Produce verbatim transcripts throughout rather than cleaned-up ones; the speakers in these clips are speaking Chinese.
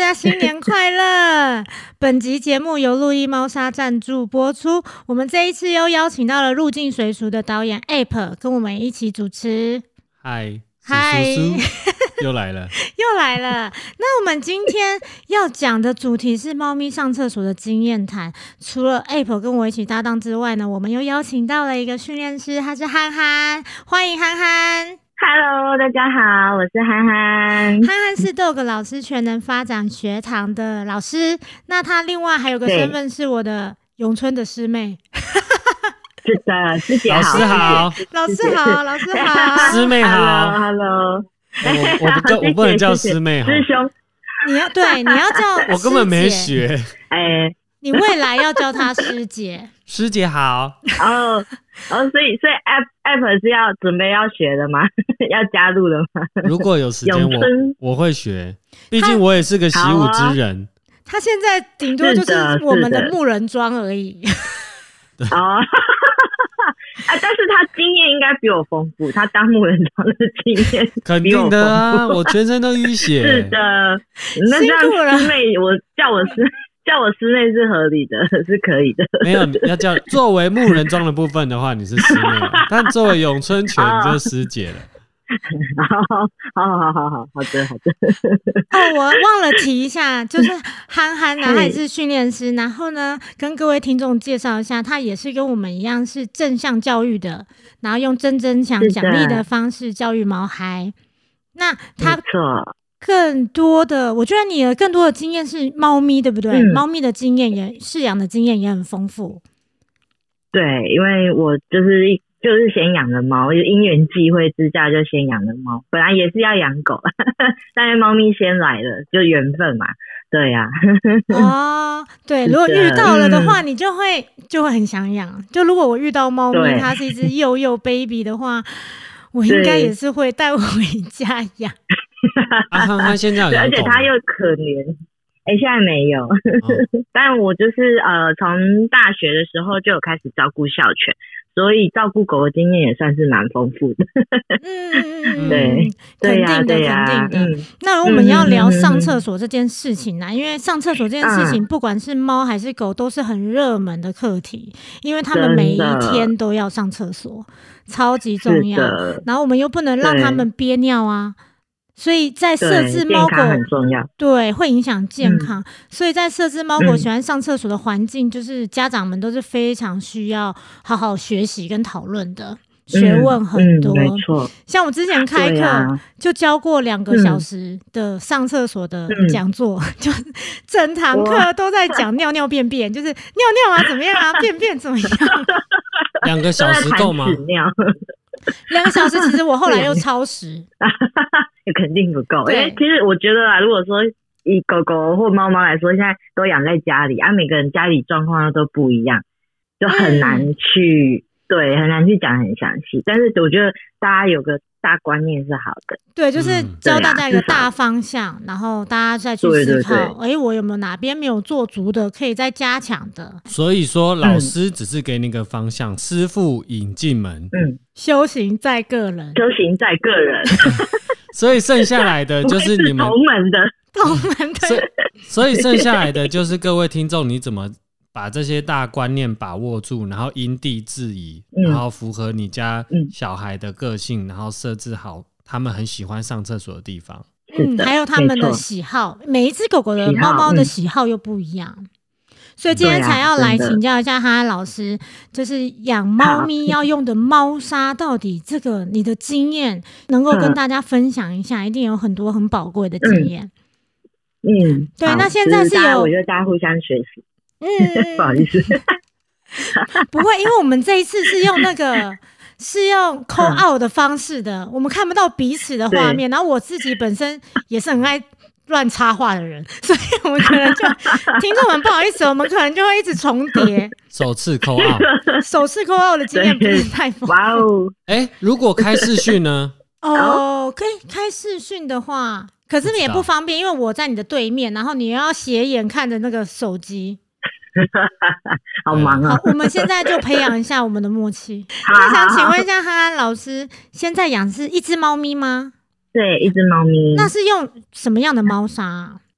家新年快乐！本集节目由路易猫砂赞助播出。我们这一次又邀请到了入境随俗的导演 Ape 跟我们一起主持。 嗨， 嗨， 又来了， 又来了。那我们今天要讲的主题是猫咪上厕所的经验谈。除了 Ape 跟我一起搭档之外呢，我们又邀请到了一个训练师，他是憨憨，欢迎憨憨。 Hello， 大家好，我是憨憨。 憨憨是 Dog 老师全能发展学堂的老师，那他另外还有个身份是我的永春的师妹。 是的，师姐好，老师好， 老师好，老师好， 师妹好 ，Hello， 我我不跟我不能叫师妹好， 师兄， 你要对，你要叫我根本没学， 哎， 你未来要叫她师姐。 师姐好。 哦哦，所以所以 app app 是要准备要学的吗？要加入的吗？ 如果有时间我我会学，毕竟我也是个习武之人。 他现在顶多就是我们的木人桩而已。 哦，啊！但是他经验应该比我丰富，他当木人桩的经验肯定的啊，我全身都淤血。 是的，那这样师妹，我叫我师叫我师妹是合理的，是可以的。 没有要叫作为木人桩的部分的话，你是师妹，但作为咏春拳就是师姐了。 好好好好好好的好的。 哦，我忘了提一下，就是憨憨呢，他也是训练师，然后呢，跟各位听众介绍一下，他也是跟我们一样是正向教育的，然后用真真强奖励的方式教育毛孩。那他更多的，我觉得你的更多的经验是猫咪，对不对？嗯、猫咪的经验也饲养的经验也很丰富。 对，因为我就是就是先养的猫，就因缘际会之下就先养的猫，本来也是要养狗，但是猫咪先来了，就缘分嘛。对呀、 啊。哦，对，如果遇到了的话，嗯、你就会就会很想养。就如果我遇到猫咪，它是一只幼幼 baby 的话，我应该也是会带回家养。 啊，憨憨现在有养狗， 而且它又可怜。哎、欸，现在没有，哦、但我就是呃，从大学的时候就有开始照顾校犬，所以照顾狗的经验也算是蛮丰富的。 嗯， 对， 对呀，对呀，肯定的。嗯、那我们要聊上厕所这件事情呢、啊，嗯、因为上厕所这件事情，不管是猫还是狗，都是很热门的课题，因为他们每一天都要上厕所，超级重要。然后我们又不能让他们憋尿啊。所以在设置猫狗很重要， 对，会影响健康。嗯、所以在设置猫狗喜欢上厕所的环境，嗯、就是家长们都是非常需要好好学习跟讨论的，学问很多。 嗯嗯、没错， 像我之前开课、啊、就教过两个小时的上厕所的讲座，嗯、就整堂课都在讲尿尿便便，就是尿尿啊怎么样啊，便便怎么样。 两个小时够吗？ 两个小时，其实我后来又超时。 肯定不够，因为其实我觉得啊，如果说以狗狗或猫猫来说，现在都养在家里啊，每个人家里状况都不一样，就很难去、嗯、对，很难去讲很详细。但是我觉得大家有个大观念是好的， 对，就是教大家一个大方向，嗯、然后大家再去思考，哎、欸，我有没有哪边没有做足的，可以再加强的。 所以说，老师只是给你一个方向，嗯、师傅引进门， 嗯，修行在个人， 修行在个人。 所以剩下来的就是你们同门的， 同门的。 所以，所以剩下来的就是各位听众，你怎么把这些大观念把握住，然后因地制宜，嗯、然后符合你家小孩的个性，嗯、然后设置好他们很喜欢上厕所的地方。 嗯，还有他们的喜好，每一只狗狗的猫猫的喜好又不一样。所以今天才要来请教一下憨憨老师，就是养猫咪要用的猫砂，到底这个你的经验能够跟大家分享一下，嗯、一定有很多很宝贵的经验。 嗯，嗯对。那现在是有， 我觉得大家互相学习。嗯，不好意思， 不会，因为我们这一次是用那个是用 call out 的方式的，嗯、我们看不到彼此的画面，然后我自己本身也是很爱乱插话的人，所以我们可能就听众们不好意思，我们可能就会一直重叠。 首次call out， 首次call out的经验不是太丰富。 哇哦！ 哎，如果开视讯呢？ 哦，可以开视讯的话，可是也不方便，因为我在你的对面，然后你要斜眼看着那个手机。 好忙啊！ 好，我们现在就培养一下我们的默契。那想请问一下憨憨老师，现在养是一只猫咪吗？ 对，一只猫咪。 那是用什么样的猫砂、啊？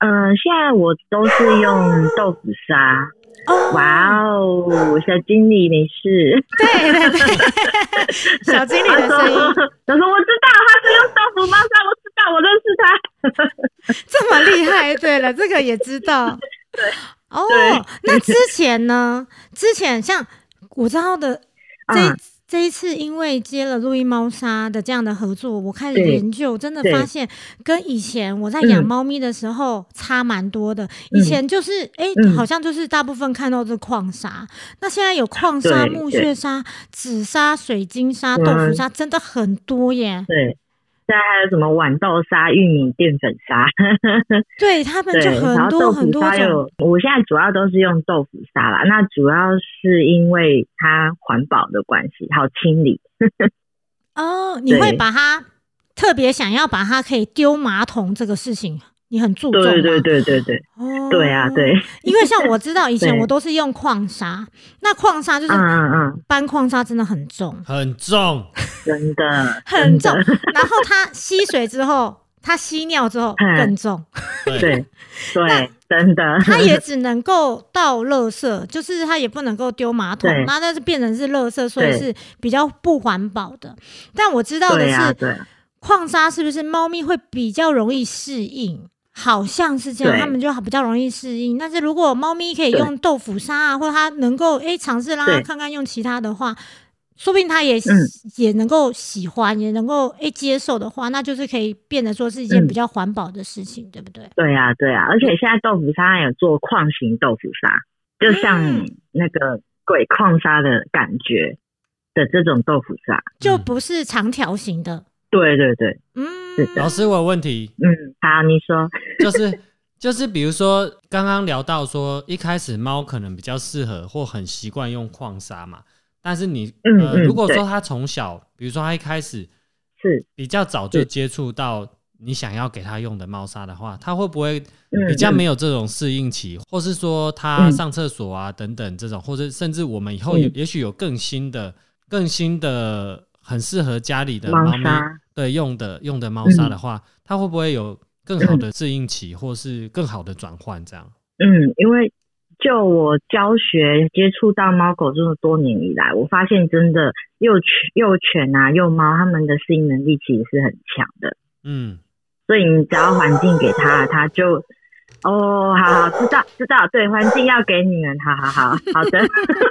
嗯，现在我都是用豆腐沙。哦，哇哦，小经理没事。 对对对，小经理的声音。 他说我知道他是用豆腐猫砂，我知道，我认识他。 这么厉害，对了，这个也知道。 对， 哦，那之前呢？之前像我知道的这一、嗯、这一次，因为接了路易猫砂的这样的合作，我开始研究，真的发现跟以前我在养猫咪的时候差蛮多的。嗯、以前就是哎、欸嗯，好像就是大部分看到是矿砂，那现在有矿砂、木屑砂、紫砂、水晶砂、豆腐砂，真的很多耶。 对。现在还有什么豌豆沙、玉米淀粉沙， 对他们就很多很多种。 我现在主要都是用豆腐沙啦，那主要是因为它环保的关系，好清理。 哦，你会把它特别想要把它可以丢马桶这个事情，你很注重吗？ 对对对对对，哦，对啊，对。 因为像我知道以前我都是用矿砂，那矿砂就是搬矿砂真的很重， 很重。 真的很重，然后它吸水之后，它吸尿之后更重。 对对，真的， 它也只能够倒垃圾，就是它也不能够丢马桶，那但是变成是垃圾，所以是比较不环保的。但我知道的是，矿砂是不是猫咪会比较容易适应？好像是这样，他们就比较容易适应。但是如果猫咪可以用豆腐砂啊，或者它能够哎尝试让它看看用其他的话。说不定他也、嗯、也能够喜欢，也能够诶接受的话，那就是可以变得说是一件比较环保的事情，嗯、对不对？ 对啊，对啊，而且现在豆腐砂有做矿型豆腐砂，就像那个鬼矿砂的感觉的这种豆腐砂， 就不是长条形的。 对对对，嗯， 老师我有问题， 嗯，好，你说， 就是就是比如说刚刚聊到说，一开始猫可能比较适合或很习惯用矿砂嘛。但是你呃，嗯嗯、如果说他从小，比如说他一开始是比较早就接触到你想要给他用的猫砂的话，他会不会比较没有这种适应期，嗯、或是说他上厕所啊、嗯、等等这种，或者甚至我们以后有、嗯、也许有更新的、更新的很适合家里的猫咪对用的用的猫砂的话，嗯、他会不会有更好的适应期，嗯、或是更好的转换这样？ 嗯，因为。就我教学接触到猫狗这么多年以来，我发现真的幼犬、幼犬啊、幼猫，它们的适应能力其实是很强的。嗯，所以你只要环境给它，它就哦，好好知道知道，对，环境要给你们，好好好好的，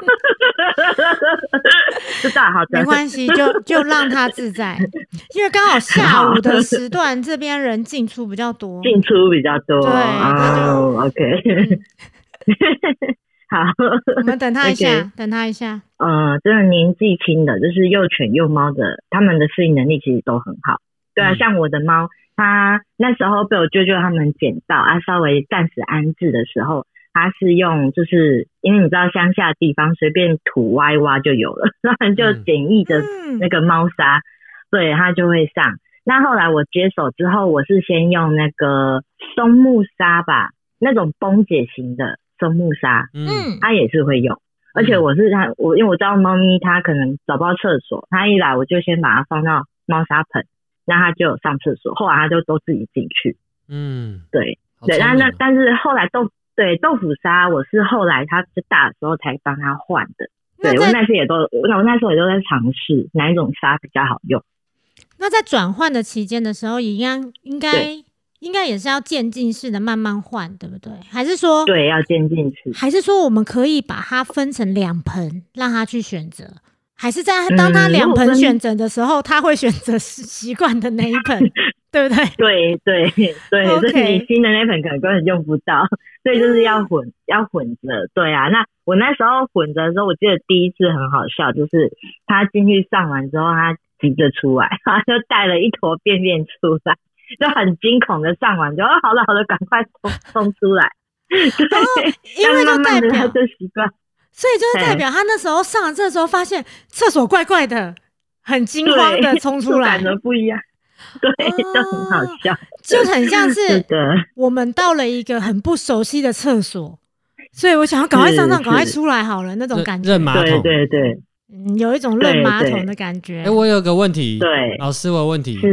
知道好的， 没关系，就就让它自在，因为刚好下午的时段这边人进出比较多， 进出比较多， 对， 哦 ，OK。嗯好， 我们等他一下， okay. 等他一下。 呃，真的年纪轻的，就是幼犬幼猫的，他们的适应能力其实都很好。对啊，嗯、像我的猫，它那时候被我舅舅他们捡到啊，稍微暂时安置的时候，它是用，就是因为你知道乡下地方随便土挖一挖就有了，然后就简易的那个猫砂，嗯、对，它就会上。那后来我接手之后，我是先用那个松木砂吧，那种崩解型的。松木砂，嗯，它也是会用，而且我是它，我因为我知道猫咪它可能找不到厕所，它一来我就先把它放到猫砂盆，那它就有上厕所，后来它就都自己进去，嗯，对对，但那但是后来豆对豆腐砂，我是后来它最大的时候才帮它换的，对我那时也都我我那时候也都在尝试哪一种砂比较好用。 那在转换的期间的时候，也应该应该。应该也是要渐进式的慢慢换，对不对？还是说对要渐进式？还是说我们可以把它分成两盆，让他去选择？还是在当他两盆选择的时候，嗯、他会选择习惯的那一盆，对不对？ 对对对， okay. 就是你新的那盆可能根本用不到，所以就是要混、嗯、要混着。对啊，那我那时候混着的时候，我记得第一次很好笑，就是他进去上完之后，他急着出来，他就带了一坨便便出来。就很惊恐的上完就，哦，好了好了，赶快冲冲出来。对， 哦、因为就代表就习惯， 所以就是代表他那时候上完厕所发现厕所怪怪的，很惊慌的冲出来， 感觉不一样。对，哦、就很好笑， 就很像是我们到了一个很不熟悉的厕所，所以我想要赶快上上，赶快出来好了那种感觉。 认马桶， 对对对， 嗯，有一种认马桶的感觉。 哎、欸，我有个问题， 对， 老师，我有问题是。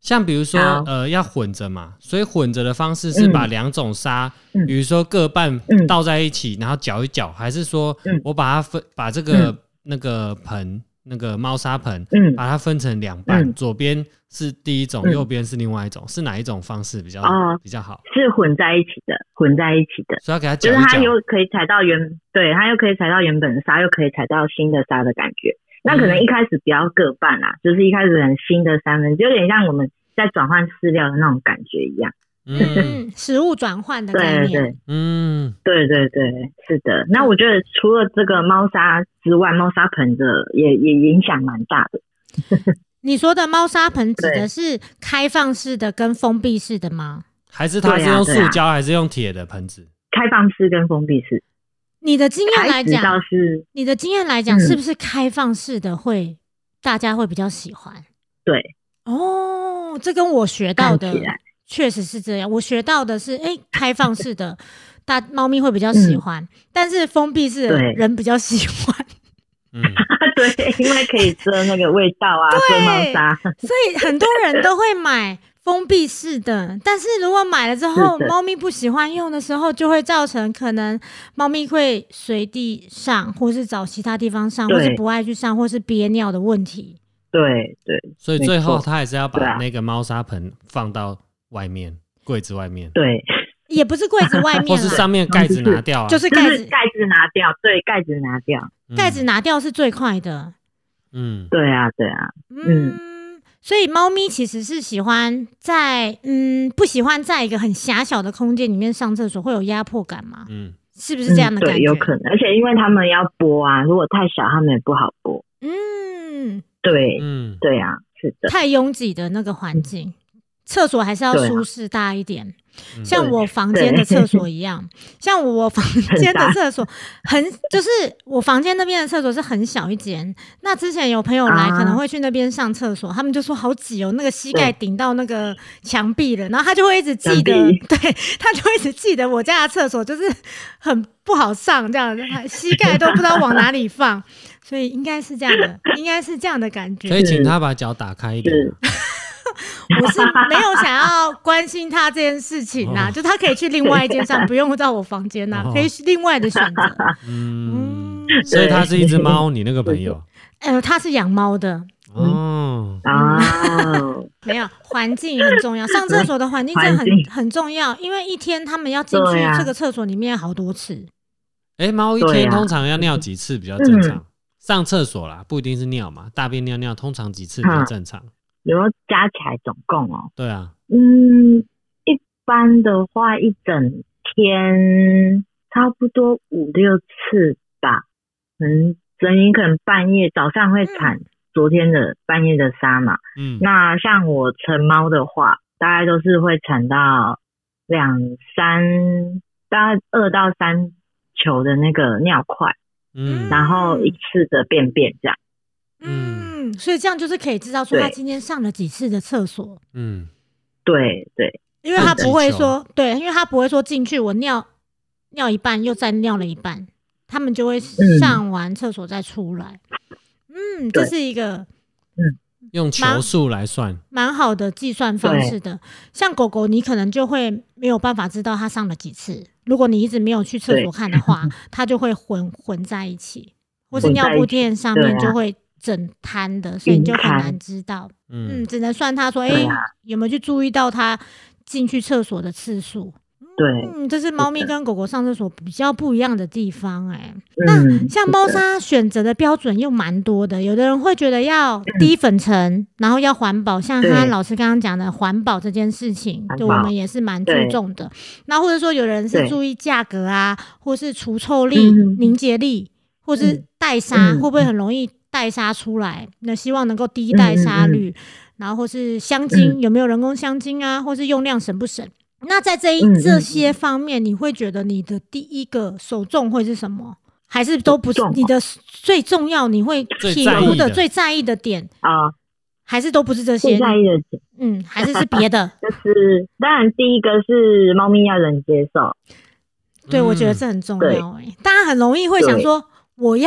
像比如说呃要混着嘛，所以混着的方式是把两种沙、嗯、比如说各半倒在一起、嗯、然后搅一搅，还是说我把它分把这个、嗯、那个盆那个猫砂盆、嗯、把它分成两半、嗯、左边是第一种、嗯、右边是另外一种，是哪一种方式比较、哦、比较好？是混在一起的，混在一起的， 所以要给它搅一搅， 就是它又可以踩到原对它又可以踩到原本的沙，又可以踩到新的沙的感觉。那可能一开始不要各半啦、啊嗯、就是一开始很新的三分之一，有点像我们在转换饲料的那种感觉一样。 嗯，食物转换的概念。 对对，嗯，对对对，是的。那我觉得除了这个猫砂之外，猫砂盆的也也影响蛮大的。 你说的猫砂盆指的是开放式的跟封闭式的吗？ 还是它是用塑胶、啊啊、还是用铁的盆子？ 开放式跟封闭式。 你的经验来讲，你的经验来讲，是不是开放式的会、嗯、大家会比较喜欢？ 对， 哦，这跟我学到的确实是这样。我学到的是，哎、欸，开放式的大猫咪会比较喜欢，嗯、但是封闭式的人比较喜欢。 嗯， 对，因为可以遮那个味道啊，遮猫砂， 所以很多人都会买封闭式的，但是如果买了之后猫咪不喜欢用的时候，就会造成可能猫咪会随地上，或是找其他地方上，或是不爱去上，或是憋尿的问题。 对对， 所以最后他还是要把那个猫砂盆放到外面柜子外面。 对， 也不是柜子外面， 或是上面盖子拿掉、啊， 就是盖子盖子拿掉，对，盖子拿掉， 盖子拿掉是最快的。 嗯， 对啊，对啊，嗯。 嗯，所以猫咪其实是喜欢在嗯不喜欢在一个很狭小的空间里面上厕所，会有压迫感吗？ 嗯， 是不是这样的感觉？ 嗯、对，有可能，而且因为他们要拨啊，如果太小，他们也不好拨。 嗯， 对，嗯，对啊，是的， 太拥挤的那个环境，厕所还是要舒适大一点。像我房间的厕所一样，像我房间的厕所很就是我房间那边的厕所是很小一间。那之前有朋友来、啊、可能会去那边上厕所，他们就说好挤哦，那个膝盖顶到那个墙壁了，然后他就会一直记得，对，他就会一直记得我家的厕所就是很不好上，这样膝盖都不知道往哪里放，所以应该是这样的，应该是这样的感觉。 可以请他把脚打开一点。 我是没有想要关心他这件事情啊，就他可以去另外一间上，不用到我房间啊，可以另外的选择。 嗯，所以他是一只猫，你那个朋友？ 呃，他是养猫的。 哦哦， 没有，环境很重要，上厕所的环境真的很很重要，因为一天他们要进去这个厕所里面好多次。 哎，猫一天通常要尿几次比较正常？上厕所啦，不一定是尿嘛，大便尿尿通常几次比较正常？ 有没有加起来总共哦？ 对啊， 嗯，一般的话一整天差不多五六次吧。嗯，所以你可能半夜早上会铲昨天的半夜的沙嘛。嗯，那像我成猫的话，大概都是会铲到两三，大概二到三球的那个尿块。嗯，然后一次的便便这样。 嗯，所以这样就是可以知道说他今天上了几次的厕所。 嗯， 对对， 因为他不会说，对，因为他不会说进去我尿尿一半又再尿了一半，他们就会上完厕所再出来。嗯，嗯这是一个嗯用球数来算蛮好的计算方式的。像狗狗，你可能就会没有办法知道它上了几次，如果你一直没有去厕所看的话，它就会混混在一起，或是尿布垫上面就会整摊的，所以你就很难知道。嗯, 嗯，只能算他说，哎、欸啊，有没有去注意到他进去厕所的次数？ 对， 嗯，这是猫咪跟狗狗上厕所比较不一样的地方、欸。哎、嗯，那像猫砂选择的标准又蛮多的，有的人会觉得要低粉尘，嗯、然后要环保，像汉老师刚刚讲的环保这件事情，就我们也是蛮注重的。那或者说有人是注意价格啊，或是除臭力、凝结力，或是带沙、嗯、会不会很容易带沙出来？那希望能够低带沙率，嗯、然后或是香精、嗯、有没有人工香精啊，或是用量省不省？那在这一、嗯、这些方面，你会觉得你的第一个首重会是什么？还是都不是你的最重要？你会体悟的最在意的点啊？还是都不是这些？ 最在意的点， 嗯，还是是别的？ 就是当然，第一个是猫咪要能接受。 对，我觉得这很重要、欸。哎、嗯，大家很容易会想说，我要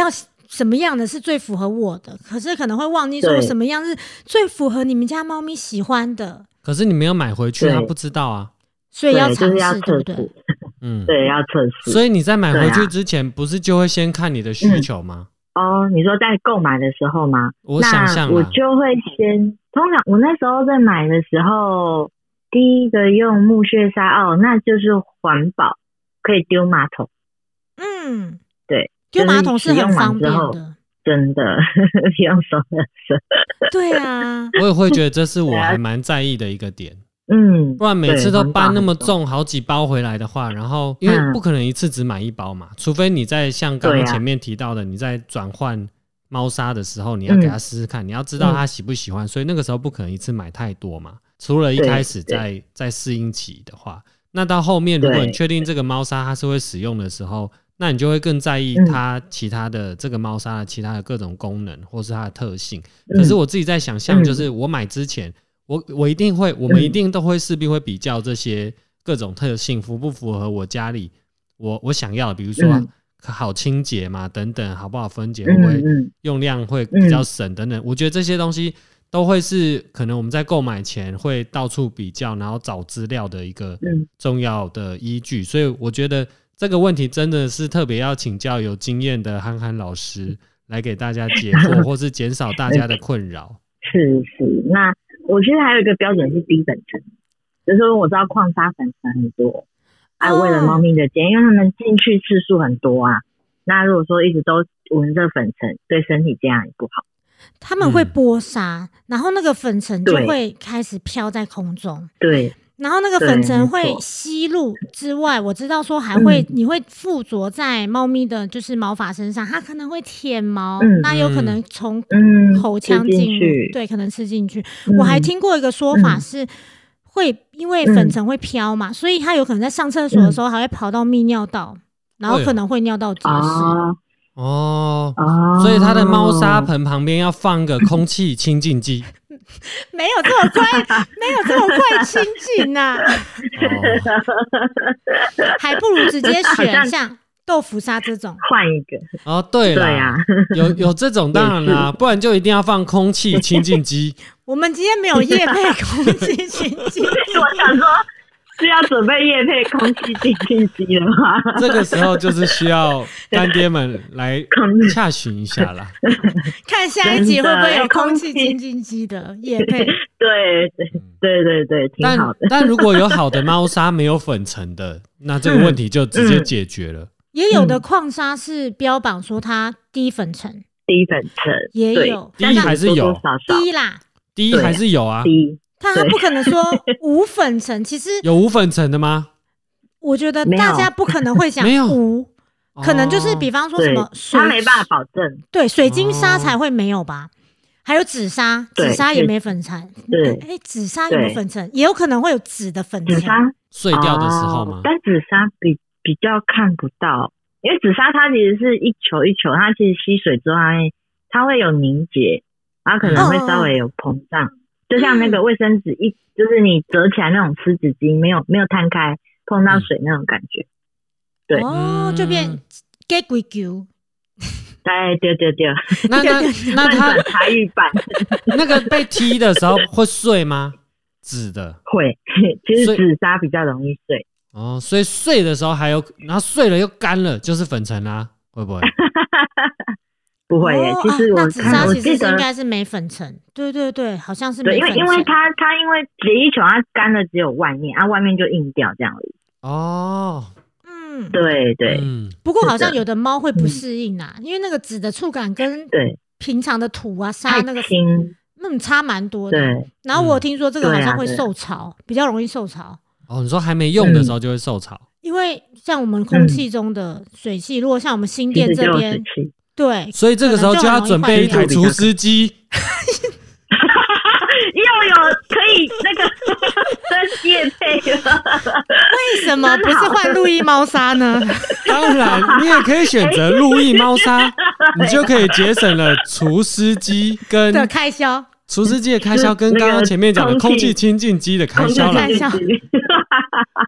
什么样的是最符合我的，可是可能会忘记说什么样是最符合你们家猫咪喜欢的。 可是你没有买回去，它不知道啊， 所以要尝试， 就是、 对不对？ 嗯， 对，要测试。 所以你在买回去之前，不是就会先看你的需求吗？ 嗯、哦，你说在购买的时候吗？ 我想象， 我就会先，通常我那时候在买的时候，第一个用木屑沙，哦，那就是环保，可以丢马桶。 嗯， 对， 丢马桶是很方便的， 真的不用收垃圾。 对啊， 我也会觉得这是我还蛮在意的一个点。 嗯， 不然每次都搬那么重好几包回来的话，然后因为不可能一次只买一包嘛，嗯、除非你在像刚刚前面提到的，你在转换猫砂的时候，你要给它试试看，嗯、你要知道它喜不喜欢，嗯、所以那个时候不可能一次买太多嘛。除了一开始在在适应期的话，那到后面如果你确定这个猫砂它是会使用的时候，那你就会更在意它其他的这个猫砂的其他的各种功能或是它的特性。嗯、可是我自己在想象，就是我买之前。我我一定会，我们一定都会势必会比较这些各种特性符不符合我家里我我想要的，比如说好清洁嘛，等等，好不好分解，会不会用量会比较省等等。我觉得这些东西都会是可能我们在购买前会到处比较，然后找资料的一个重要的依据。所以我觉得这个问题真的是特别要请教有经验的憨憨老师来给大家解惑，或是减少大家的困扰。 是是，那。我觉得还有一个标准是低粉尘，就是说我知道矿砂粉尘很多，啊，为了猫咪的健康，因为他们进去次数很多啊。那如果说一直都闻着粉尘，对身体健康也不好。 他们会剥沙，嗯、然后那个粉尘就会开始飘在空中。 对。 然后那个粉尘会吸入之外，我知道说还会、嗯、你会附着在猫咪的就是毛发身上，它可能会舔毛，嗯、那有可能从口腔进入，嗯、对，可能吃进去。嗯、我还听过一个说法是，会因为粉尘会飘嘛，嗯、所以它有可能在上厕所的时候还会跑到泌尿道，然后可能会尿道结石。哦哦，哦所以它的猫砂盆旁边要放个空气清净机。 没有这么快，没有这么快清净呐，还不如直接选像豆腐砂这种， 换一个。 哦，对了， 对啊、 有有这种当然啦，不然就一定要放空气清净机。 我们今天没有业配空气清净机， 我想说。是要准备业配空气清净机了吗？ 这个时候就是需要干爹们来洽询一下啦。 看下一集会不会有空气清净机的业配？ 对对对对对，挺好的。 但但如果有好的猫砂没有粉尘的，那这个问题就直接解决了。嗯嗯、 也有的矿砂是标榜说它低粉尘， 低粉尘也有， 低还是有， 低啦， 低还是有啊， 低。 他不可能说无粉尘，其实有无粉尘的吗？ 我觉得大家不可能会讲无，可能就是比方说什么水， 他没办法保证。 对，水晶砂才会没有吧？还有纸砂，纸砂也没粉尘。对，哎，纸砂有没有粉尘？也有可能会有纸的粉尘。 纸砂碎掉的时候吗？ 但纸砂比比较看不到，因为纸砂它其实是一球一球，它其实吸水之后它它会有凝结，它可能会稍微有膨胀。就像那个卫生纸一，就是你折起来那种湿纸巾，没有没有摊开，碰到水那种感觉。对， 哦，就变给鬼球。 对对对对， 那那那它茶浴版， 那个被踢的时候会碎吗？纸的会，其实纸砂比较容易碎。 哦，所以碎的时候还有，然后碎了又干了，就是粉尘啦，会不会？ 不会耶，其实我看、 哦啊、那纸砂其实应该是没粉尘，对对对，好像是没粉尘。 对，因为因为它它因为结衣球它干了只有外面，啊外面就硬掉这样而已。 哦， 嗯， 对对。 嗯、不过好像有的猫会不适应啊，嗯、因为那个纸的触感跟对平常的土啊沙那个嗯差蛮多的。对。然后我听说这个好像会受潮，嗯、比较容易受潮。 哦，你说还没用的时候就会受潮？嗯、 因为像我们空气中的水汽，嗯、如果像我们新店这边。对， 所以这个时候就要准备一台除湿机， 又有可以那个专业配了。 为什么不是换路易猫砂呢？ 当然，你也可以选择路易猫砂，你就可以节省了除湿机跟的开销， 除湿机的开销跟刚刚前面讲的空气清净机的开销了。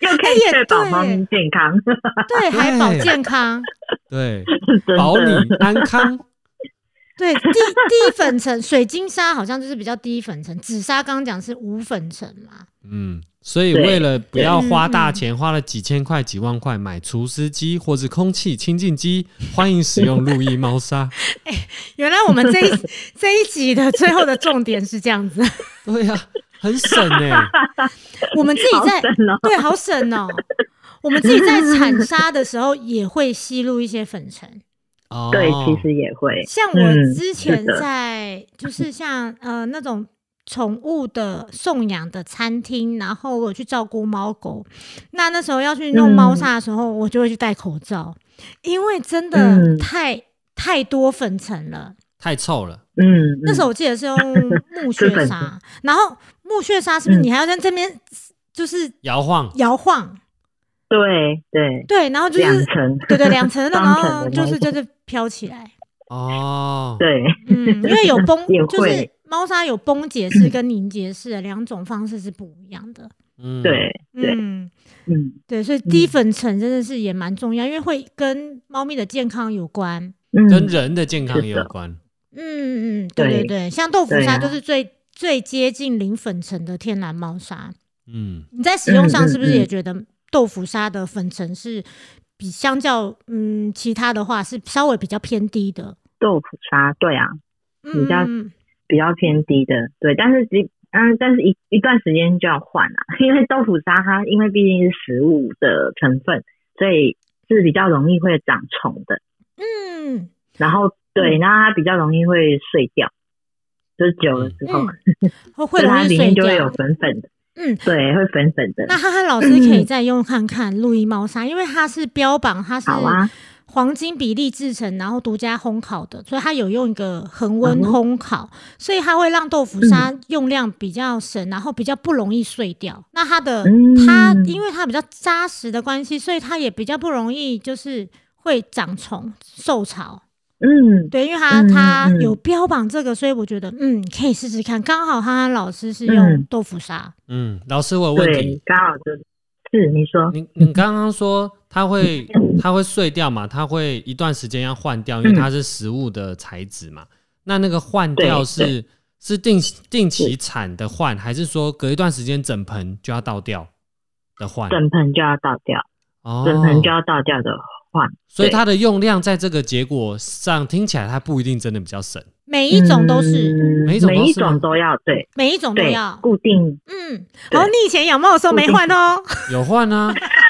就可以确保猫咪健康， 对，还保健康， 对，保你安康。 对，低低粉尘，水晶沙好像就是比较低粉尘，紫砂刚刚讲是无粉尘嘛。 嗯，所以为了不要花大钱，花了几千块、几万块买除湿机或是空气清净机，欢迎使用路易猫砂。 哎、欸，原来我们这一这一集的最后的重点是这样子。 对呀、啊，很省哎、欸。 我们自己在、 哦、 对，好省哦。我们自己在铲沙的时候也会吸入一些粉尘。 哦， 对，其实也会。 像我之前在、嗯、就是像呃那种宠物的送养的餐厅，然后我去照顾猫狗，那那时候要去弄猫砂的时候、嗯、我就会去戴口罩，因为真的太、嗯、太多粉尘了， 太臭了。 嗯， 那时候我记得是用木屑沙然后木屑沙是不是你还要在这边就是摇晃摇晃？ 对对对，然后就是两层， 对对两层的，然后就是就是飘起来。 哦， 对， 嗯，因为有崩，就是猫砂有崩解式跟凝结式的两种方式是不一样的。 嗯， 对， 嗯嗯，对，所以低粉尘真的是也蛮重要，因为会跟猫咪的健康有关， 嗯、跟人的健康也有关。 嗯嗯，对对对，像豆腐砂就是最、啊、最接近零粉尘的天然猫砂。嗯，你在使用上是不是也觉得豆腐砂的粉尘是比相较嗯其他的话是稍微比较偏低的？ 豆腐砂对啊，比较、嗯、比较偏低的，对，但是嗯，但是一一段时间就要换啊，因为豆腐砂它因为毕竟是食物的成分，所以是比较容易会长虫的。嗯，然后对，然后它比较容易会碎掉，就是久了之后， 嗯、会容易碎掉，它里面就会有粉粉的。嗯，对，会粉粉的。 那哈哈老师可以再用看看路易猫砂，因为它是标榜它是黄金比例制成，然后独家烘烤的，所以它有用一个恒温烘烤，嗯、所以它会让豆腐砂用量比较省，然后比较不容易碎掉。那它的、嗯、它因为它比较扎实的关系，所以它也比较不容易就是会长虫、受潮。嗯，对，因为他他有标榜这个，所以我觉得嗯可以试试看。刚好哈哈老师是用豆腐砂。嗯， 老师我有问题， 刚好就是你说， 你你刚刚说它会它会碎掉嘛？它会一段时间要换掉，因为它是食物的材质嘛。嗯、那那个换掉是是定定期产的换，还是说隔一段时间整盆就要倒掉的换？ 整盆就要倒掉，哦、整盆就要倒掉的。 所以它的用量在这个结果上听起来它不一定真的比较省， 每一种都是、 嗯、每一种 都, 每一种都要，对， 每一种都要固定。 嗯，然后你以前养猫的时候没换哦？ 有换啊，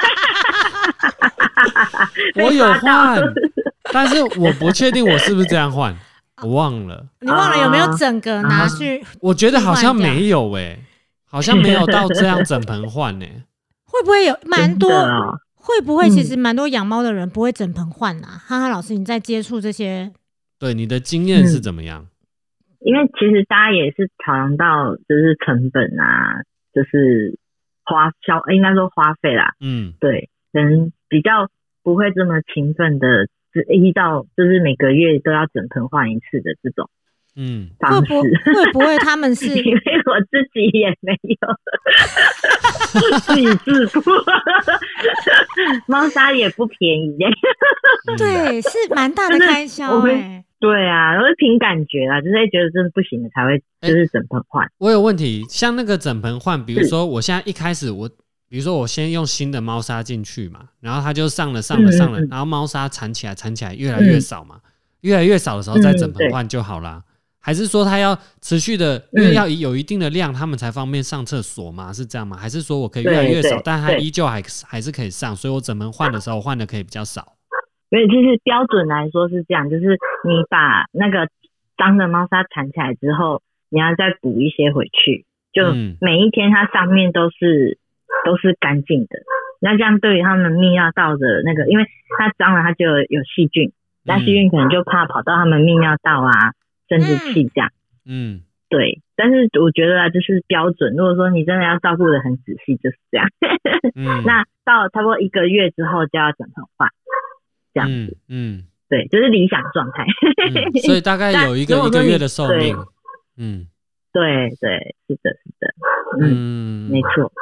我有换，但是我不确定我是不是这样换，我忘了。 你忘了有没有整个拿去？啊、 我觉得好像没有诶、欸，好像没有到这样整盆换诶、欸。 会不会有蛮多？会不会其实蛮多养猫的人不会整盆换啊？哈哈老师，你在接触这些， 对你的经验是怎么样？ 嗯、因为其实大家也是考量到就是成本啊，就是花销，应该说花费啦。嗯，对，可能比较不会这么勤奋的，依照就是每个月都要整盆换一次的这种。嗯， 会不会不会他们是因为我自己也没有自己自负，猫砂也不便宜耶。 对，是蛮大的开销哎、欸。 对啊，我是凭感觉啦，就是觉得真的不行的才会就是整盆换、欸。 我有问题，像那个整盆换，比如说我现在一开始我，比如说我先用新的猫砂进去嘛，然后它就上了上了上了，嗯嗯然后猫砂缠起来缠起来越来越少嘛，嗯、越来越少的时候再整盆换就好啦。嗯还是说它要持续的，因为要有一定的量，他们才方便上厕所嘛？是这样吗？还是说我可以越来越少，但它依旧还还是可以上，所以我整盆换的时候换的可以比较少？ 所以其实标准来说是这样，就是你把那个脏的猫砂缠起来之后，你要再补一些回去，就每一天它上面都是都是干净的。那这样对于他们泌尿道的那个，因为它脏了，它就有细菌，那细菌可能就怕跑到他们泌尿道啊。生殖器这样，嗯，对，但是我觉得啊，就是标准。如果说你真的要照顾得很仔细，就是这样。嗯、那到差不多一个月之后就要整盆换，这样子，嗯，嗯对，就是理想状态、 嗯。所以大概有一个一个月的寿命， 嗯，对对，是的，是的，嗯，嗯没错。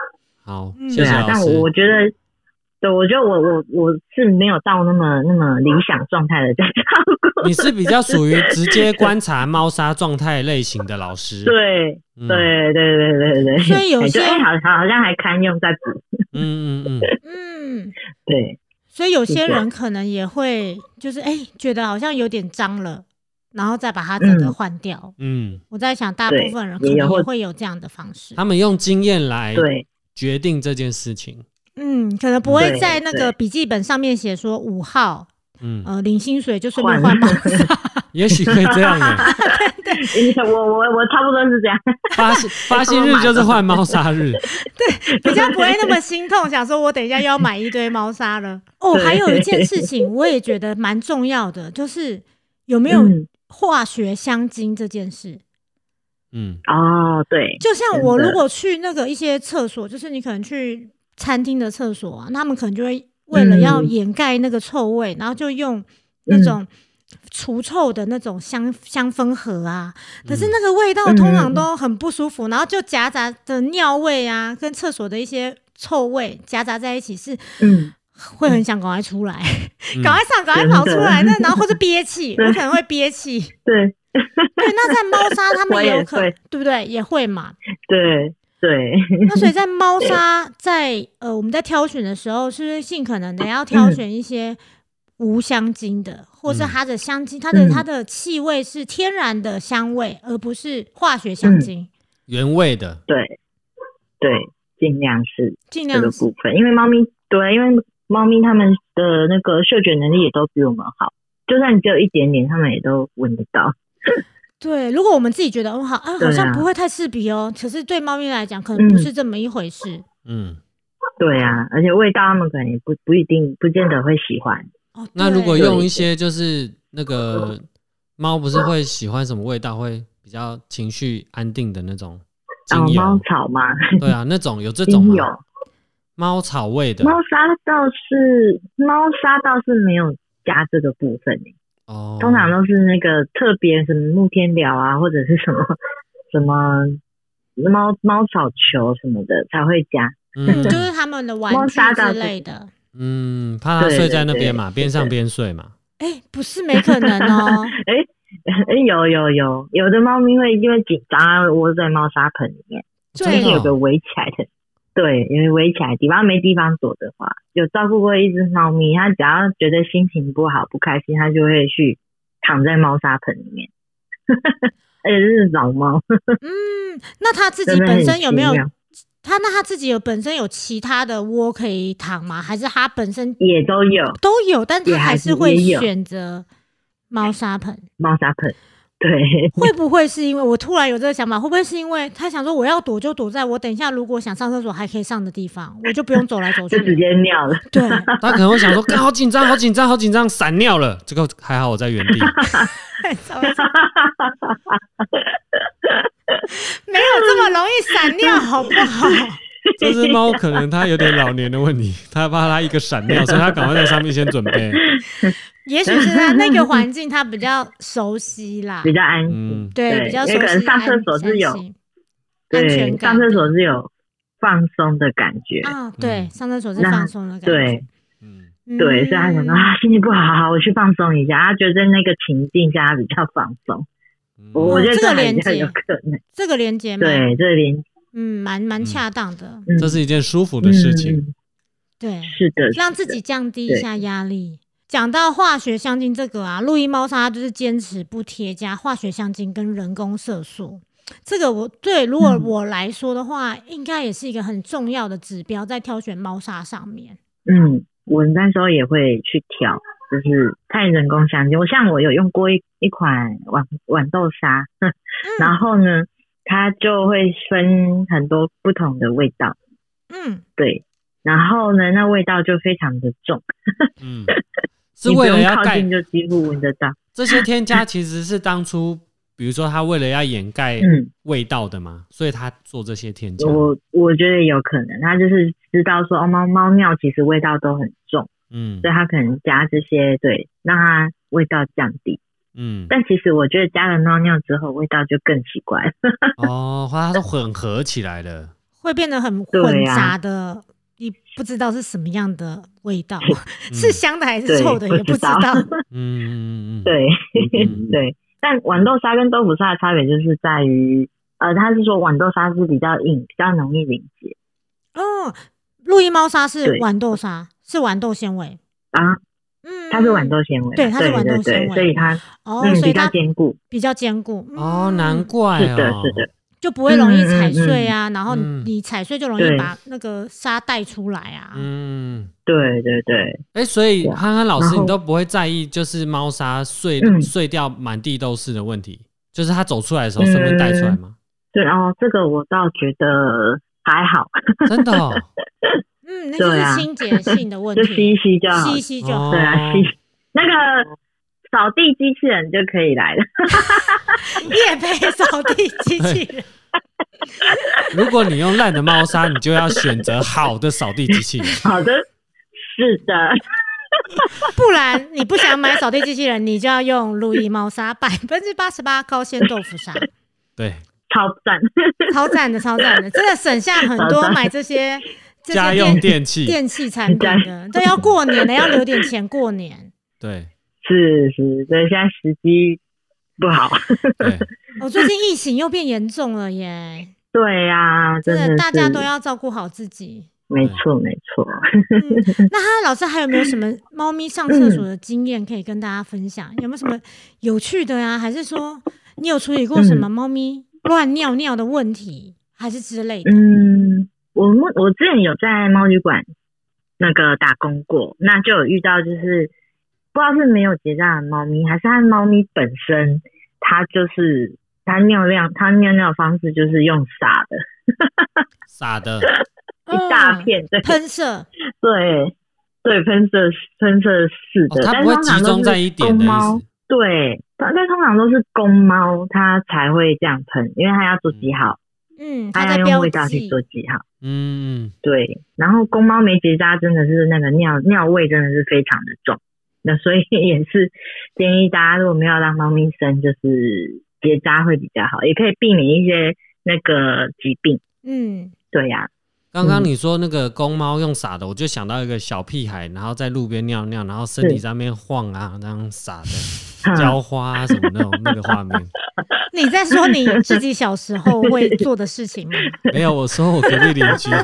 好， 嗯谢谢老师。 对啊，但我我觉得，对，我觉得我我我是没有到那么那么理想状态的在照顾。 你是比较属于直接观察猫砂状态类型的老师。 对、 嗯、 对对对对对， 所以有些哎、好好好像还堪用，再补。 嗯嗯嗯嗯， 对， 所以有些人可能也会就是哎、欸，觉得好像有点脏了，然后再把它整个换掉。 嗯， 我在想，大部分人可能也会有这样的方式。 他们用经验来对决定这件事情。 嗯，可能不会在那个笔记本上面写说五号，嗯，呃，领薪水就顺便换猫砂， 也许可以这样的。 对对，我我我差不多是这样。 发发薪日就是换猫砂日， 对，比较不会那么心痛，想说我等一下又要买一堆猫砂了。哦，还有一件事情，我也觉得蛮重要的，就是有没有化学香精这件事。 嗯， 哦，对， 就像我如果去那个一些厕所，就是你可能去餐厅的厕所啊，他们可能就会为了要掩盖那个臭味，嗯、然后就用那种除臭的那种香香氛盒啊，可是那个味道通常都很不舒服，嗯、然后就夹杂的尿味啊，跟厕所的一些臭味夹杂在一起，是嗯。会很想赶快出来，赶、嗯、快上，赶快跑出来，那然后或是憋气，我可能会憋气。 对对，那在猫砂他们也有可能，对不对？也会嘛。 对对。 那所以在猫砂在呃我们在挑选的时候，是不是尽可能的要挑选一些无香精的，嗯、或是它的香精，它的、嗯、它的气味是天然的香味，而不是化学香精，嗯、 原味的。 对对，尽量是尽量这个部分，因为猫咪对，因为。猫咪它们的那个嗅觉能力也都比我们好，就算你只有一点点，它们也都闻得到。 对，如果我们自己觉得哦好啊，好像不会太刺鼻哦，可是对猫咪来讲，可能不是这么一回事。 嗯， 对啊，而且味道它们可能也不不一定，不见得会喜欢。 哦， 那如果用一些就是那个猫不是会喜欢什么味道，会比较情绪安定的那种精油， 猫草吗？ 对啊，那种有这种吗？猫草味的猫砂倒是猫砂倒是没有加这个部分耶、哦、通常都是那个特别什么木天蓼啊，或者是什么什么猫猫草球什么的才会加， 嗯，就是他们的玩具之类的， 嗯，怕它睡在那边嘛，边上边睡嘛。 哎、欸，不是没可能哦， 哎哎、欸，有有有有的猫咪会因为紧张啊窝在猫砂盆里面，所以有个围起来的。对，因为围起来地方没地方躲的话，有照顾过一只猫咪，它只要觉得心情不好不开心，它就会去躺在猫砂盆里面，而且是老猫。 嗯，那它自己本身有没有？它那它自己有本身有其他的窝可以躺吗？还是它本身也都有都有，但它还是会选择猫砂盆？ 猫砂盆。对， 会不会是因为我突然有这个想法？会不会是因为他想说我要躲就躲在我等一下如果想上厕所还可以上的地方，我就不用走来走去， 就直接尿了。 对， 他可能会想说，好紧张，好紧张，好紧张，闪尿了。这个还好我在原地， 没有这么容易闪尿，好不好？ 这只猫可能它有点老年的问题，它怕它一个闪尿，所以它赶快在上面先准备。 也许是他那个环境他比较熟悉啦， 比较安心， 嗯、对，比较熟悉。 可能上厕所是有安全感，上厕所是有放松的感觉啊，对，上厕所是放松的感觉， 对，嗯，对，所以他想说啊，心情不好，好，我去放松一下，他觉得那个情境下他比较放松。嗯、我觉得这个连接有可能， 这个连接， 对，这个连接， 嗯，蛮蛮恰当的、 嗯，这是一件舒服的事情， 嗯、对， 是的， 让自己降低一下压力。讲到化学香精这个啊，路易猫砂就是坚持不添加化学香精跟人工色素。这个我对如果我来说的话、嗯，应该也是一个很重要的指标，在挑选猫砂上面。 嗯，我那时候也会去挑，就是看人工香精。我像我有用过一一款豌豌豆沙、嗯，然后呢，它就会分很多不同的味道。嗯，对，然后呢，那味道就非常的重。 嗯。是为了要盖， 就几乎闻得到。 这些添加其实是当初，比如说他为了要掩盖味道的嘛，嗯、所以他做这些添加。 我我觉得有可能，他就是知道说，哦，猫猫尿其实味道都很重，嗯，所以他可能加这些，对，让它味道降低。嗯，但其实我觉得加了猫尿之后，味道就更奇怪了。 哦，它是混合起来的。 会变得很混杂的，你、啊、不知道是什么样的味道，是香的还是臭的也不知道。 嗯， 对对。但豌豆沙跟豆腐沙的差别就是在于，呃，他是说豌豆沙是比较硬，比较容易凝结。 哦，路易猫沙是豌豆沙，是豌豆纤维啊。嗯，它是豌豆纤维， 对，它是豌豆纤维， 所以它哦、 嗯， 所以它比较坚固， 比较坚固。嗯、 哦，难怪哦， 是的，是的。 就不会容易踩碎啊， 嗯嗯嗯、 然后你踩碎就容易把那个沙带出来啊。 嗯， 对对对。 哎、欸，所以憨憨老师，你都不会在意就是猫砂碎、嗯、碎掉满地都是的问题，就是它走出来的时候顺便带出来吗？ 嗯、对哦，这个我倒觉得还好， 真的、哦。 嗯，那就是清洁性的问题， 就吸一吸就好， 吸一吸就好。 对啊，吸那个扫地机器人就可以来了， 业配扫地机器人。 如果你用烂的猫砂，你就要选择好的扫地机器人。 好的，是的。 不然你不想买扫地机器人，你就要用路易猫砂，百分之八十八高纤豆腐砂。 对， 超赞， 超赞的，超赞的，真的省下很多买这些这些家用电器、 电器产品的。对，要过年了，要留点钱过年。 对， 是是，所以现在时机不好。 对， 我、哦、最近疫情又变严重了耶。 对呀、啊，真的， 真的大家都要照顾好自己。 没错，没错。 嗯、那他老师还有没有什么猫咪上厕所的经验可以跟大家分享？嗯、有没有什么有趣的呀？还是说你有处理过什么猫咪乱尿尿的问题，还是之类的？ 嗯，我我之前有在猫旅馆那个打工过，那就有遇到，就是不知道是没有结扎的猫咪，还是它猫咪本身它就是它尿尿，它尿尿的方式就是用撒的， 撒的。 一大片，对， 喷射， 对对，喷射喷射式的， 哦、它不会集中在一点的意思。 对，但通常都是公猫，它才会这样喷，因为它要做记号， 嗯， 它要用味道去做记号， 嗯， 对。然后公猫没结扎，真的是那个尿尿味真的是非常的重，那所以也是建议大家如果没有让猫咪生，就是结扎会比较好，也可以避免一些那个疾病。 嗯， 对呀、啊。 刚刚你说那个公猫用撒的，我就想到一个小屁孩，然后在路边尿尿，然后身体上面晃啊，那样撒的浇花啊什么那种那个画面。 你在说你自己小时候会做的事情吗？ 没有，我说我隔壁邻居。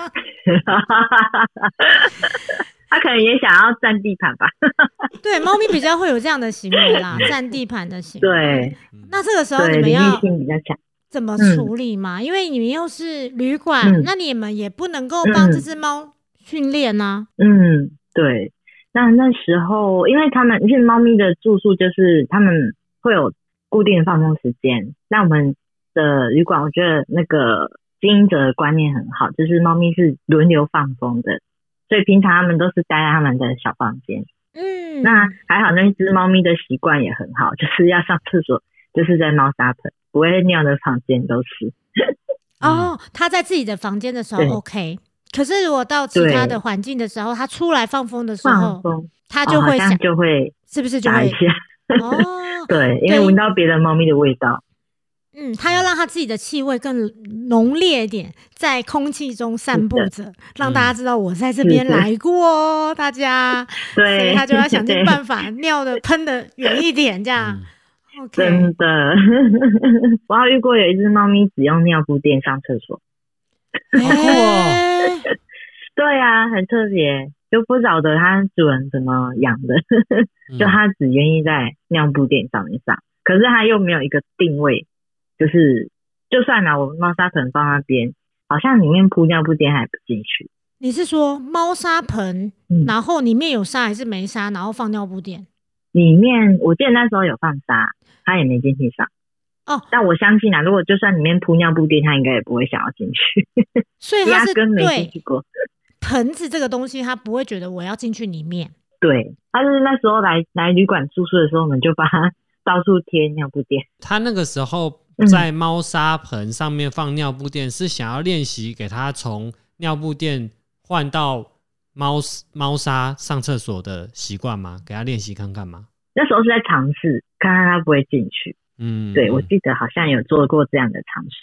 他可能也想要占地盘吧。 对，猫咪比较会有这样的行为啦，占地盘的行为。 对， 那这个时候你们要性比较强。 怎么处理嘛、嗯？因为你们又是旅馆、嗯，那你们也不能够帮这只猫训练啊。 嗯，对。那那时候，因为他们因为猫咪的住宿就是他们会有固定的放风时间。那我们的旅馆，我觉得那个经营者的观念很好，就是猫咪是轮流放风的，所以平常他们都是待在他们的小房间。 嗯， 那还好，那只猫咪的习惯也很好，就是要上厕所就是在猫砂盆。不会尿的房间都是哦，他在自己的房间的时候 OK， 可是如果到其他的环境的时候，他出来放风的时候，他就会想、 哦、就会是不是就会哦？对，因为闻到别的猫咪的味道。 嗯，他要让他自己的气味更浓烈一点，在空气中散布着，让大家知道我在这边来过哦，大家。 对， 所以他就要想尽办法尿的喷的远一点，这样。嗯Okay. 真的，我还遇过有一只猫咪只用尿布垫上厕所， 好酷哦！ 对啊，很特别，就不晓得它主人怎么养的，就它只愿意在尿布垫上面上，可是它又没有一个定位，就是就算拿我猫砂盆放那边，好像里面铺尿布垫还不进去。 你是说猫砂盆、嗯，然后里面有沙还是没沙，然后放尿布垫？ 里面我记得那时候有放沙，他也没进去上哦。 但我相信啊，如果就算里面铺尿布垫，他应该也不会想要进去。 所以他是压根没进去过。 盆子这个东西，他不会觉得我要进去里面。 对，他是那时候来来旅馆住宿的时候，我们就把他到处贴尿布垫。 他那个时候在猫砂盆上面放尿布垫，嗯、是想要练习给他从尿布垫换到猫猫砂上厕所的习惯吗？给他练习看看吗？ 那时候是在尝试，看看他不会进去。嗯，对，我记得好像有做过这样的尝试。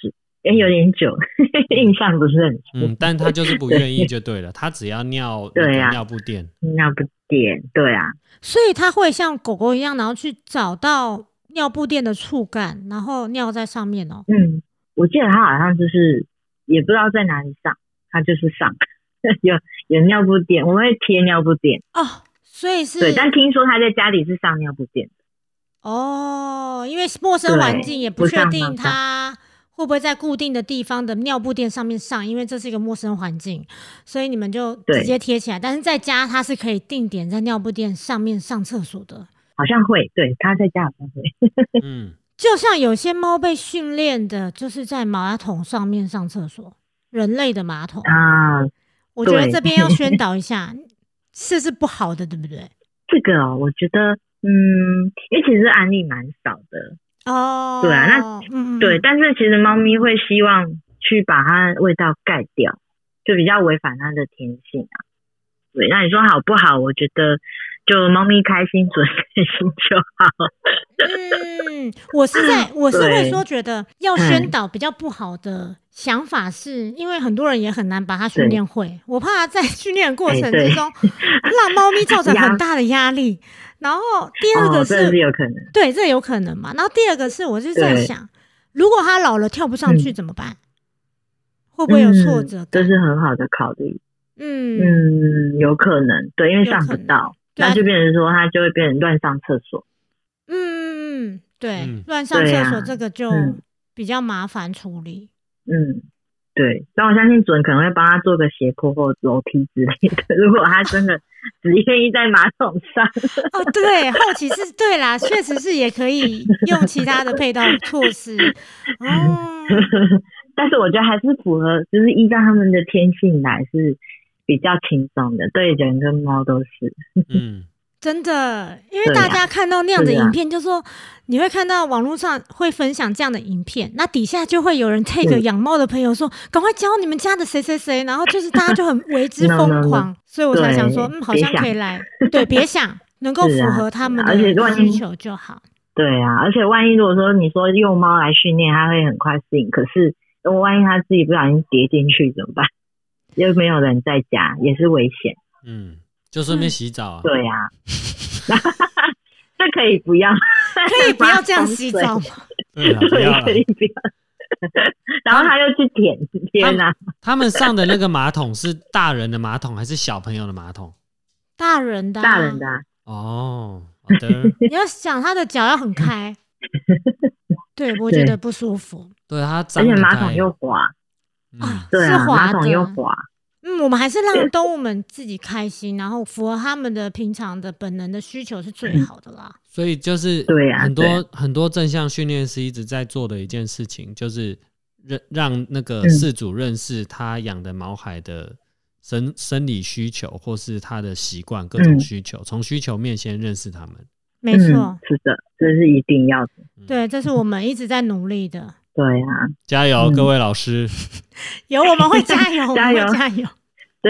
也有点久，印象不是很深。 嗯，但他就是不愿意就对了，他只要尿对啊尿布垫， 尿布垫，对啊。 所以他会像狗狗一样，然后去找到尿布垫的触感，然后尿在上面哦。 嗯，我记得他好像就是也不知道在哪里上，他就是上有有尿布垫，我会贴尿布垫哦，所以是对，但听说他在家里是上尿布垫哦，因为陌生环境也不确定他会不会在固定的地方的尿布垫上面上，因为这是一个陌生环境，所以你们就直接贴起来。但是在家他是可以定点在尿布垫上面上厕所的， 好像会，对，他在家好像会。 嗯， 就像有些猫被训练的，就是在马桶上面上厕所，人类的马桶啊。 我觉得这边要宣导一下，这是不好的，对不对？ 这个哦，我觉得，嗯，因为其实案例蛮少的。 哦， 对啊，那嗯对，但是其实猫咪会希望去把它味道盖掉，就比较违反它的天性啊。对，那你说好不好？我觉得就猫咪开心，准开心就好。 嗯，我是在我是会说，觉得要宣导比较不好的想法是，因为很多人也很难把它训练会，我怕在训练过程之中让猫咪造成很大的压力。然后第二个是， 哦、这是有可能， 对，这有可能嘛。然后第二个是，我是在想，如果它老了跳不上去怎么办？嗯、会不会有挫折感？ 嗯、这是很好的考虑。 嗯嗯，有可能，对，因为上不到，那就变成说它就会变成乱上厕所。 嗯嗯嗯，对，乱、嗯、上厕所这个就比较麻烦处理。 嗯。对，但我相信准可能会帮他做个斜坡或楼梯之类的。如果他真的只愿意在马桶上， 哦，对，后期是对啦，确实是也可以用其他的配套措施。哦， 但是我觉得还是符合，就是依照他们的天性来是比较轻松的，对人跟猫都是。嗯。 真的，因为大家看到那样的影片，就说、啊、你会看到网络上会分享这样的影片，那底下就会有人 take 养猫的朋友说，赶快教你们家的谁谁谁，然后就是大家就很为之疯狂， no, no, no. 所以我才想说，嗯，好像可以来，对，别想，能够符合他们的需求就好。 对啊，而且万一如果说你说用猫来训练，它会很快适应，可是如果万一它自己不小心跌进去怎么办？又没有人在家，也是危险。 嗯。就顺便洗澡啊！ 嗯、对呀、啊，这可以不要， 可以不要这样洗澡吗？ 对啊，不要， 可以不要。然后他又去舔，天哪！ 他们上的那个马桶是大人的马桶还是小朋友的马桶？ 大人的、啊， 大人的、啊。 哦，好的。 你要想他的脚要很开，对，我觉得不舒服。 对他，而且马桶又滑、 嗯、啊， 对啊， 是滑的，马桶又滑。 嗯，我们还是让动物们自己开心，然后符合他们的平常的本能的需求是最好的啦。 所以就是很多、啊、很多正向训练师一直在做的一件事情，就是让那个饲主认识他养的毛孩的生生理需求，或是他的习惯各种需求，从、嗯、需求面先认识他们。 没错、 嗯，是的，这是一定要的。 对，这是我们一直在努力的。 对啊， 加油，嗯、各位老师！ 有，我们会加油，加油，加油！ 对，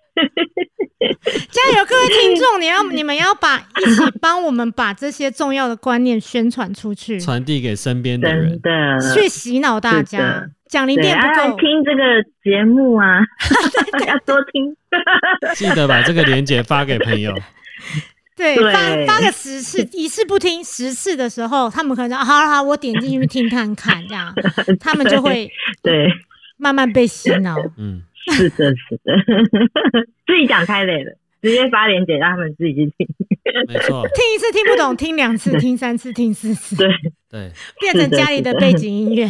加油，各位听众，你要你们要把一起帮我们把这些重要的观念宣传出去， 传递给身边的人， 真的去洗脑大家。讲零点不够， 听这个节目啊，要多听， 记得把这个连结发给朋友。 对，发发个十次，一次不听，十次的时候，他们可能说好了好，我点进去听看看，这样他们就会对慢慢被洗脑。 嗯， 是的，是的，自己讲太累了，直接发链接让他们自己去听。 没错， 听一次听不懂，听两次，听三次，听四次， 对对， 变成家里的背景音乐。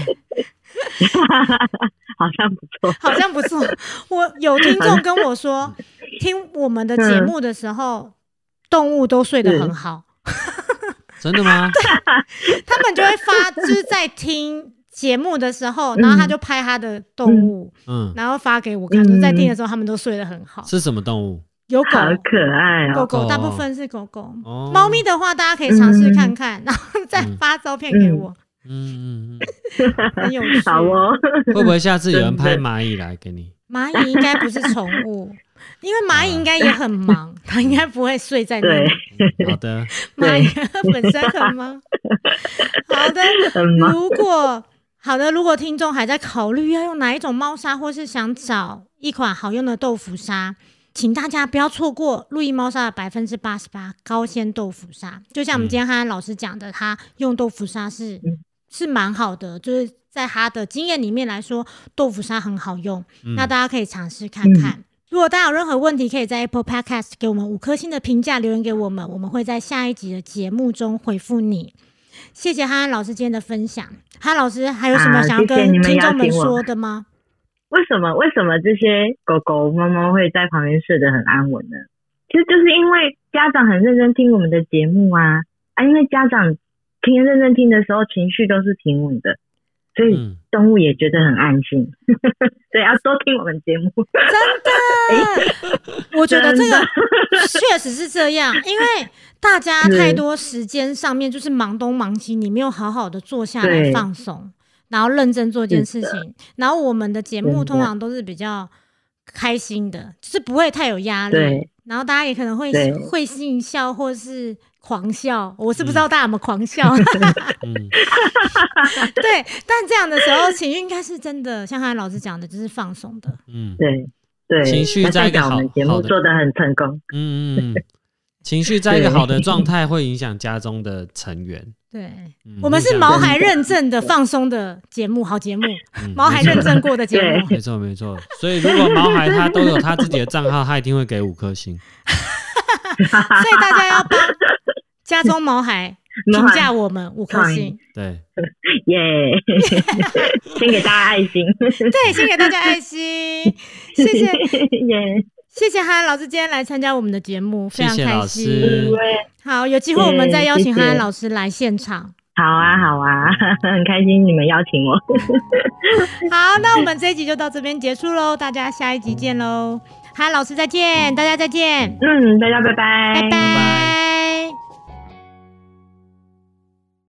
好像不错， 好像不错。我有听众跟我说，听我们的节目的时候。嗯，动物都睡得很好。 真的吗？ 对，他们就会发，就是在听节目的时候，然后他就拍他的动物，嗯，然后发给我看，就在听的时候他们都睡得很好。 是什么动物？ 有狗， 好可爱哦， 狗狗大部分是狗狗，哦，猫咪的话大家可以尝试看看，然后再发照片给我。嗯嗯嗯，很有趣。 好哦， 会不会下次有人拍蚂蚁来给你？ 蚂蚁应该不是宠物。因为蚂蚁应该也很忙，它应该不会睡在那里。 嗯、好的， 蚂蚁本身很忙。好的，如果好的，如果听众还在考虑要用哪一种猫砂，或是想找一款好用的豆腐砂，请大家不要错过路易猫砂的百分之八十八高纤豆腐砂。就像我们今天汉汉老师讲的，他用豆腐砂是、嗯、是蛮好的，就是在他的经验里面来说，豆腐砂很好用。嗯、那大家可以尝试看看。嗯，如果大家有任何问题，可以在 Apple Podcast 给我们五颗星的评价，留言给我们，我们会在下一集的节目中回复你。谢谢汉汉老师今天的分享。汉汉老师还有什么想要跟听众们说的吗？ 啊、为什么为什么这些狗狗猫猫会在旁边睡得很安稳呢？其实就是因为家长很认真听我们的节目啊啊！因为家长听认真听的时候，情绪都是平稳的。所以动物也觉得很安心，所以要多听我们节目。 真的，我觉得这个确实是这样，因为大家太多时间上面就是忙东忙西，你没有好好的坐下来放松，然后认真做一件事情。然后我们的节目通常都是比较开心的，就是不会太有压力，然后大家也可能会会心一笑，或是狂笑，我是不知道大家有没有狂笑。嗯、对，但这样的时候情绪应该是真的像汉汉老师讲的，就是放松的。 嗯，对对， 情绪在一个好我们节目做得很成功。 嗯嗯，情绪在一个好的状态会影响家中的成员。 对、嗯，我们是毛孩认证的放松的节目，好节目，嗯、毛孩认证过的节目。 没错没错，所以如果毛孩他都有他自己的账号，他一定会给五颗星。 所以大家要帮家中毛孩评价我们五颗星。 对， 耶，先给大家爱心。 对，先给大家爱心，谢谢， 耶， 谢谢汉汉老师今天来参加我们的节目，非常开心。 谢谢老师。 好，有机会我们再邀请汉汉老师来现场。 好啊，好啊，很开心你们邀请我。 好，那我们这一集就到这边结束喽，大家下一集见喽。汉汉老师再见，大家再见。 嗯，大家拜拜， 拜拜。